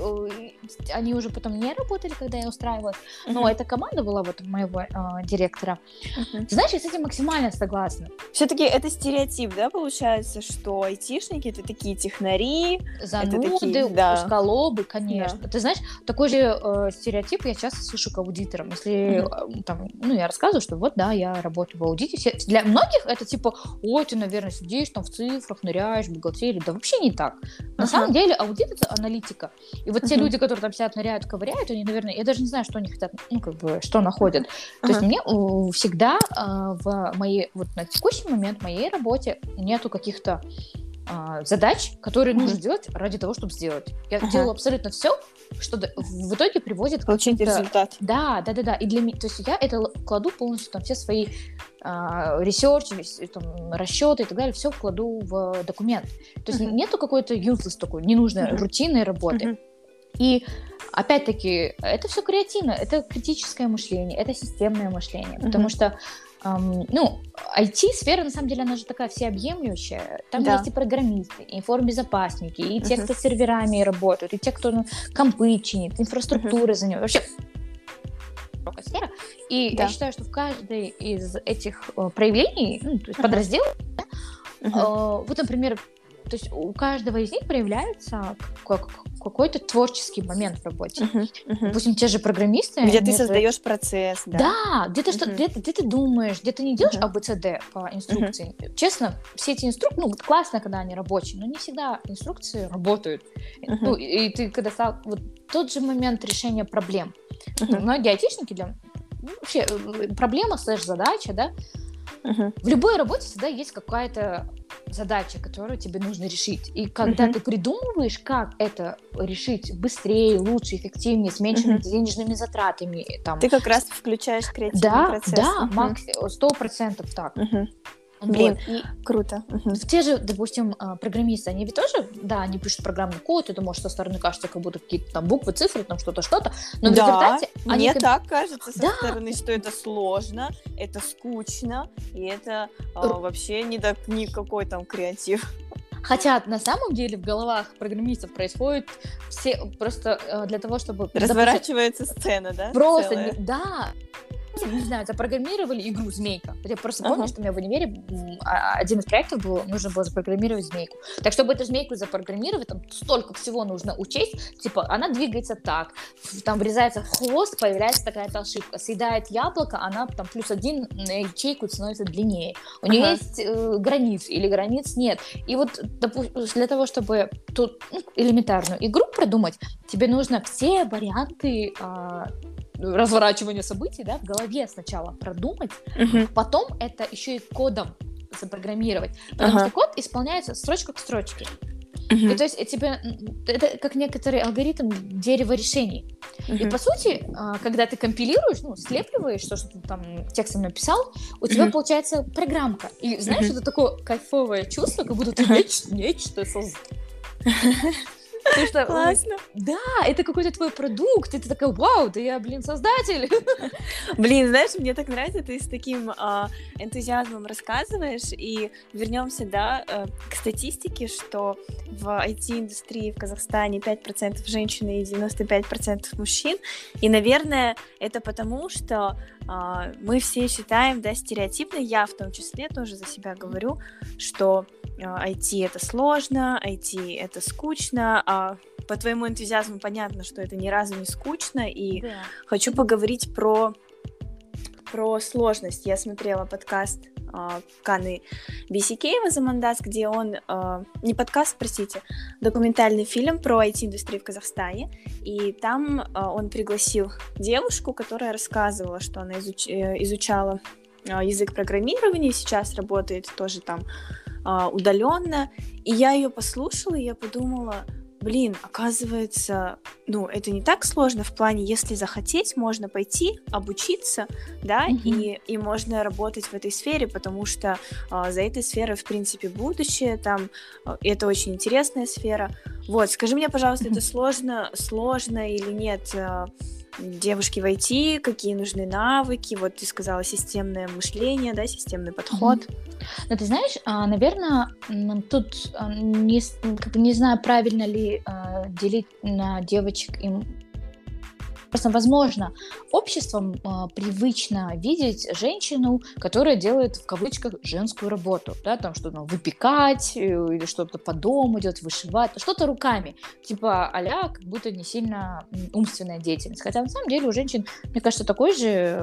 они уже потом не работали, когда я устраивалась, uh-huh. но эта команда была вот моего э, директора. Uh-huh. Ты знаешь, я с этим максимально согласна. Все-таки это стереотип, да, получается, что айтишники — это такие технари, зануды, такие, да. узколобы, конечно. Да. Ты знаешь, такой же э, стереотип я часто слышу к аудиторам. Если uh-huh. э, там, ну, я рассказываю, что вот, да, я работаю в аудите. Все, для многих это типа, ой, ты, наверное, сидишь там в цифрах, ныряешь в бухгалтерию. Да вообще не так. На uh-huh. самом деле аудит — это аналитика. И вот uh-huh. те люди, которые там сидят, ныряют, ковыряют, они, наверное, я даже не знаю, что они хотят, ну, как бы, что находят. Uh-huh. То есть мне uh, всегда uh, в моей, вот на текущий момент в моей работе нету каких-то uh, задач, которые uh-huh. нужно сделать ради того, чтобы сделать. Я uh-huh. делаю абсолютно все, что в итоге приводит получить к результат. Да, да, да, да. И для меня, то есть я это кладу полностью там все свои ресерч, uh, расчеты и так далее, все вкладу в документ. То есть uh-huh. нету какой-то useless такой ненужной uh-huh. рутинной работы. Uh-huh. И опять-таки это все креативно, это критическое мышление, это системное мышление, uh-huh. потому что Um, ну, ай ти-сфера, на самом деле, она же такая всеобъемлющая. Там да. есть и программисты, и информбезопасники, и те, uh-huh. кто с серверами работают, и те, кто ну, компы чинит, инфраструктурой uh-huh. занимается. Вообще, сфера. И да. я считаю, что в каждой из этих uh, проявлений, ну, то есть uh-huh. подразделов, uh-huh. uh, вот, например, то есть у каждого из них проявляется как какой-то творческий момент в работе. Uh-huh, uh-huh. Допустим, те же программисты... Где ты создаешь это... процесс, да. Да, где ты, uh-huh. что, где, где ты думаешь, где ты не делаешь uh-huh. а бэ цэ дэ по инструкции. Uh-huh. Честно, все эти инструкции, ну, классно, когда они рабочие, но не всегда инструкции работают. Uh-huh. Ну, и, и ты, когда стал... Вот тот же момент решения проблем. Uh-huh. Многие айтишники для... Ну, вообще, проблема слэш-задача, да, uh-huh. в любой работе всегда есть какая-то задача, которую тебе нужно решить. И когда uh-huh. ты придумываешь, как это решить быстрее, лучше, эффективнее, с меньшими uh-huh. денежными затратами. Там... Ты как раз включаешь креативный да, процесс. Да, да, сто процентов так. Uh-huh. Блин, вот. И... круто. Uh-huh. Те же, допустим, программисты, они ведь тоже, да, они пишут программный код, это может со стороны кажется, как будто какие-то там буквы, цифры, там что-то, что-то, но в да, результате... мне они... так кажется со да. стороны, что это сложно, это скучно, и это а, вообще не так, никакой там креатив. Хотя на самом деле в головах программистов происходит все просто э, для того, чтобы... Разворачивается запустить... сцена, да? Просто, не... да... Не знаю, запрограммировали игру «Змейка». Я просто помню, uh-huh. что у меня в универе один из проектов был, нужно было запрограммировать змейку. Так, чтобы эту змейку запрограммировать, там столько всего нужно учесть. Типа, она двигается так, там врезается в хвост, появляется такая-то ошибка. Съедает яблоко, она там плюс один на ячейку становится длиннее. У нее uh-huh. есть э, границы или границ нет. И вот допустим, для того, чтобы тут ну, элементарную игру продумать, тебе нужно все варианты... Э, разворачивание событий, да, в голове сначала продумать, uh-huh. потом это еще и кодом запрограммировать, потому uh-huh. что код исполняется строчка к строчке. Uh-huh. И то есть тебе это как некоторый алгоритм дерева решений. Uh-huh. И по сути, когда ты компилируешь, ну, слепливаешь то, что ты там текстом написал, у тебя uh-huh. получается программка. И знаешь, uh-huh. это такое кайфовое чувство, как будто ты uh-huh. нечто, нечто создал. Потому что, Классно. Да, это какой-то твой продукт, и ты такая, вау, да я, блин, создатель. Блин, знаешь, мне так нравится, ты с таким а, энтузиазмом рассказываешь, и вернемся, да, к статистике, что в ай ти-индустрии в Казахстане пять процентов женщин и девяносто пять процентов мужчин, и, наверное, это потому, что а, мы все считаем, да, стереотипно, я в том числе тоже за себя говорю, что а, ай ти — это сложно, ай ти — это скучно, а по твоему энтузиазму понятно, что это ни разу не скучно, и Да. хочу поговорить про, про сложность. Я смотрела подкаст э, Каны Бисикеева «Замандас», где он, э, не подкаст, простите, документальный фильм про ай ти-индустрию в Казахстане, и там э, он пригласил девушку, которая рассказывала, что она изуч... э, изучала э, язык программирования, сейчас работает тоже там э, удаленно, и я ее послушала, и я подумала... Блин, оказывается, ну, это не так сложно в плане, если захотеть, можно пойти, обучиться, да, Мгм. и, и можно работать в этой сфере, потому что а, за этой сферой, в принципе, будущее, там, а, это очень интересная сфера. Вот, скажи мне, пожалуйста, Мгм. это сложно, сложно или нет а, девушке в ай ти, какие нужны навыки, вот ты сказала системное мышление, да, системный подход. Мгм. Ну, ты знаешь, а, наверное, м, тут а, не, с- м, как бы не знаю, правильно ли а, делить на девочек и м- просто, возможно, обществом а, привычно видеть женщину, которая делает в кавычках женскую работу, да, там что-то выпекать э, или что-то по дому делать, вышивать, что-то руками, типа а-ля как будто не сильно м, умственная деятельность. Хотя на самом деле у женщин, мне кажется, такой же э,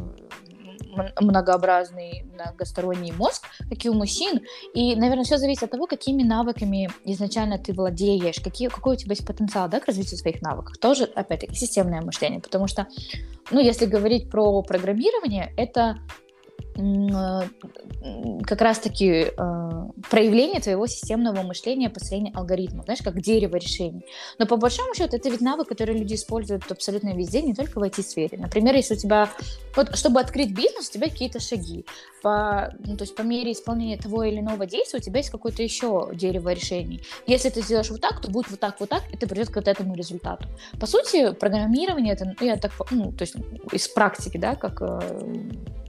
м- многообразный, многосторонний мозг, как и у мужчин. И, наверное, все зависит от того, какими навыками изначально ты владеешь, какие, какой у тебя есть потенциал, да, к развитию своих навыков. Тоже, опять-таки, системное мышление, потому что, ну, если говорить про программирование, это м, э, м, как раз-таки э, проявление твоего системного мышления, построения алгоритмов, знаешь, как дерево решений. Но по большому счету это ведь навык, который люди используют абсолютно везде, не только в ай ти-сфере. Например, если у тебя, вот, чтобы открыть бизнес, у тебя какие-то шаги. По, ну, то есть по мере исполнения того или иного действия у тебя есть какое-то еще дерево решений. Если ты сделаешь вот так, то будет вот так, вот так, и ты придешь к вот этому результату. По сути, программирование, это, ну, я так, ну, то есть из практики, да, как э,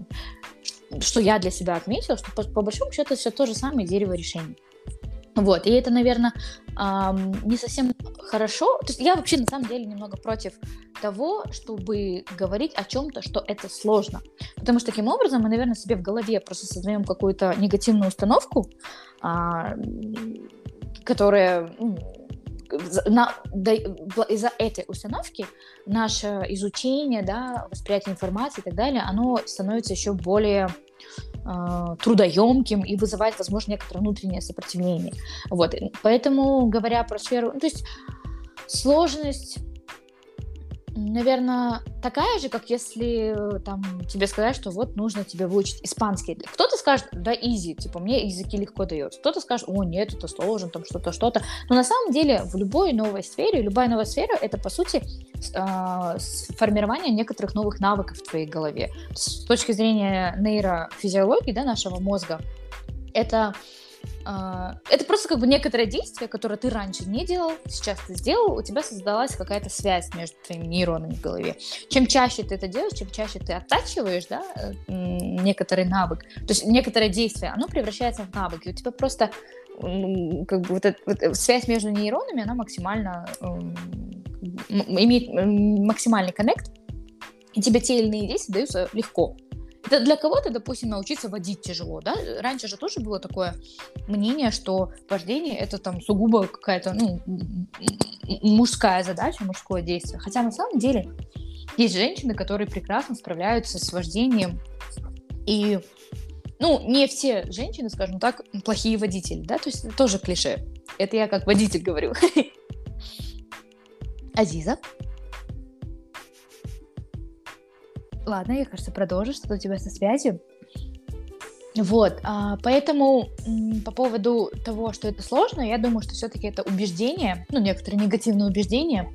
что я для себя отметила, что по, по большому счету это все то же самое дерево решений. Вот, и это, наверное, ам, не совсем хорошо. То есть я вообще на самом деле немного против того, чтобы говорить о чем-то, что это сложно. Потому что таким образом мы, наверное, себе в голове просто создаем какую-то негативную установку, а, м, которая ну, за- на- да- бла- из-за этой установки наше изучение, да, восприятие информации и так далее, оно становится еще более а, трудоемким и вызывает, возможно, некоторое внутреннее сопротивление. Вот. и Поэтому, говоря про сферу, ну, то есть сложность, наверное, такая же, как если э, там тебе сказать, что вот нужно тебе выучить испанский. Кто-то скажет, да, easy, типа, мне языки легко дается. Кто-то скажет, о, нет, это сложно, там что-то, что-то. Но на самом деле в любой новой сфере, любая новая сфера, это, по сути, с- а, с- формирование некоторых новых навыков в твоей голове. С точки зрения нейрофизиологии, да, нашего мозга, это а, это просто как бы некоторое действие, которое ты раньше не делал, сейчас ты сделал, у тебя создалась какая-то связь между твоими нейронами в голове. Чем чаще ты это делаешь, чем чаще ты оттачиваешь, да, э, м, некоторый навык, то есть некоторое действие, оно превращается в навык, и у тебя просто м, как бы вот эта вот эта связь между нейронами, она максимально м, м, имеет м, максимальный коннект, и тебе те или иные действия даются легко. Это для кого-то, допустим, научиться водить тяжело, да? Раньше же тоже было такое мнение, что вождение это там сугубо какая-то, ну, м- м- мужская задача, мужское действие. Хотя на самом деле есть женщины, которые прекрасно справляются с вождением. И, ну, не все женщины, скажем так, плохие водители, да? То есть это тоже клише. Это я как водитель говорю. Азиза? Ладно, я, кажется, продолжу, что у тебя со связью. Вот, а, поэтому м, по поводу того, что это сложно, я думаю, что все-таки это убеждение, ну, некоторые негативные убеждения.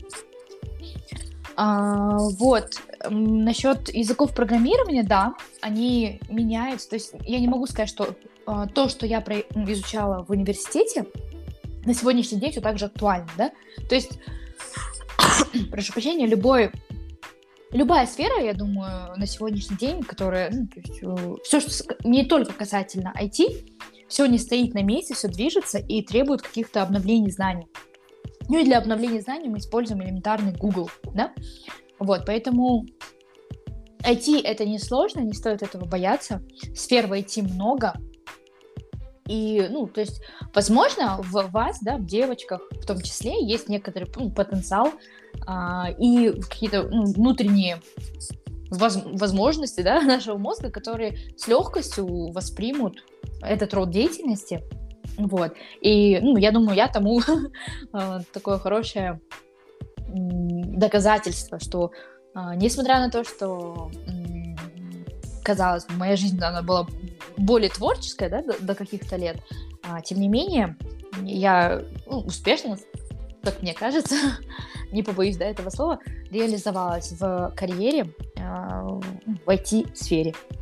А, вот, м, насчет языков программирования, да, они меняются. То есть я не могу сказать, что а, то, что я про- м, изучала в университете, на сегодняшний день все так же актуально, да? То есть, прошу прощения, любой, любая сфера, я думаю, на сегодняшний день, которая, ну, то есть, все, что не только касательно ай ти, все не стоит на месте, все движется и требует каких-то обновлений знаний. Ну и для обновления знаний мы используем элементарный Google, да? Вот, поэтому ай ти это не сложно, не стоит этого бояться. Сфер в ай ти много. И, ну, то есть, возможно, в вас, да, в девочках в том числе, есть некоторый, ну, потенциал а, и какие-то, ну, внутренние воз- возможности, да, нашего мозга, которые с легкостью воспримут этот род деятельности. Вот. И, ну, я думаю, я тому такое хорошее доказательство, что, несмотря на то, что, казалось бы, моя жизнь, она была более творческая, да, до, до каких-то лет, а, тем не менее, я, ну, успешно, как мне кажется, не побоюсь, да, этого слова, реализовалась в карьере а, в ай ти-сфере.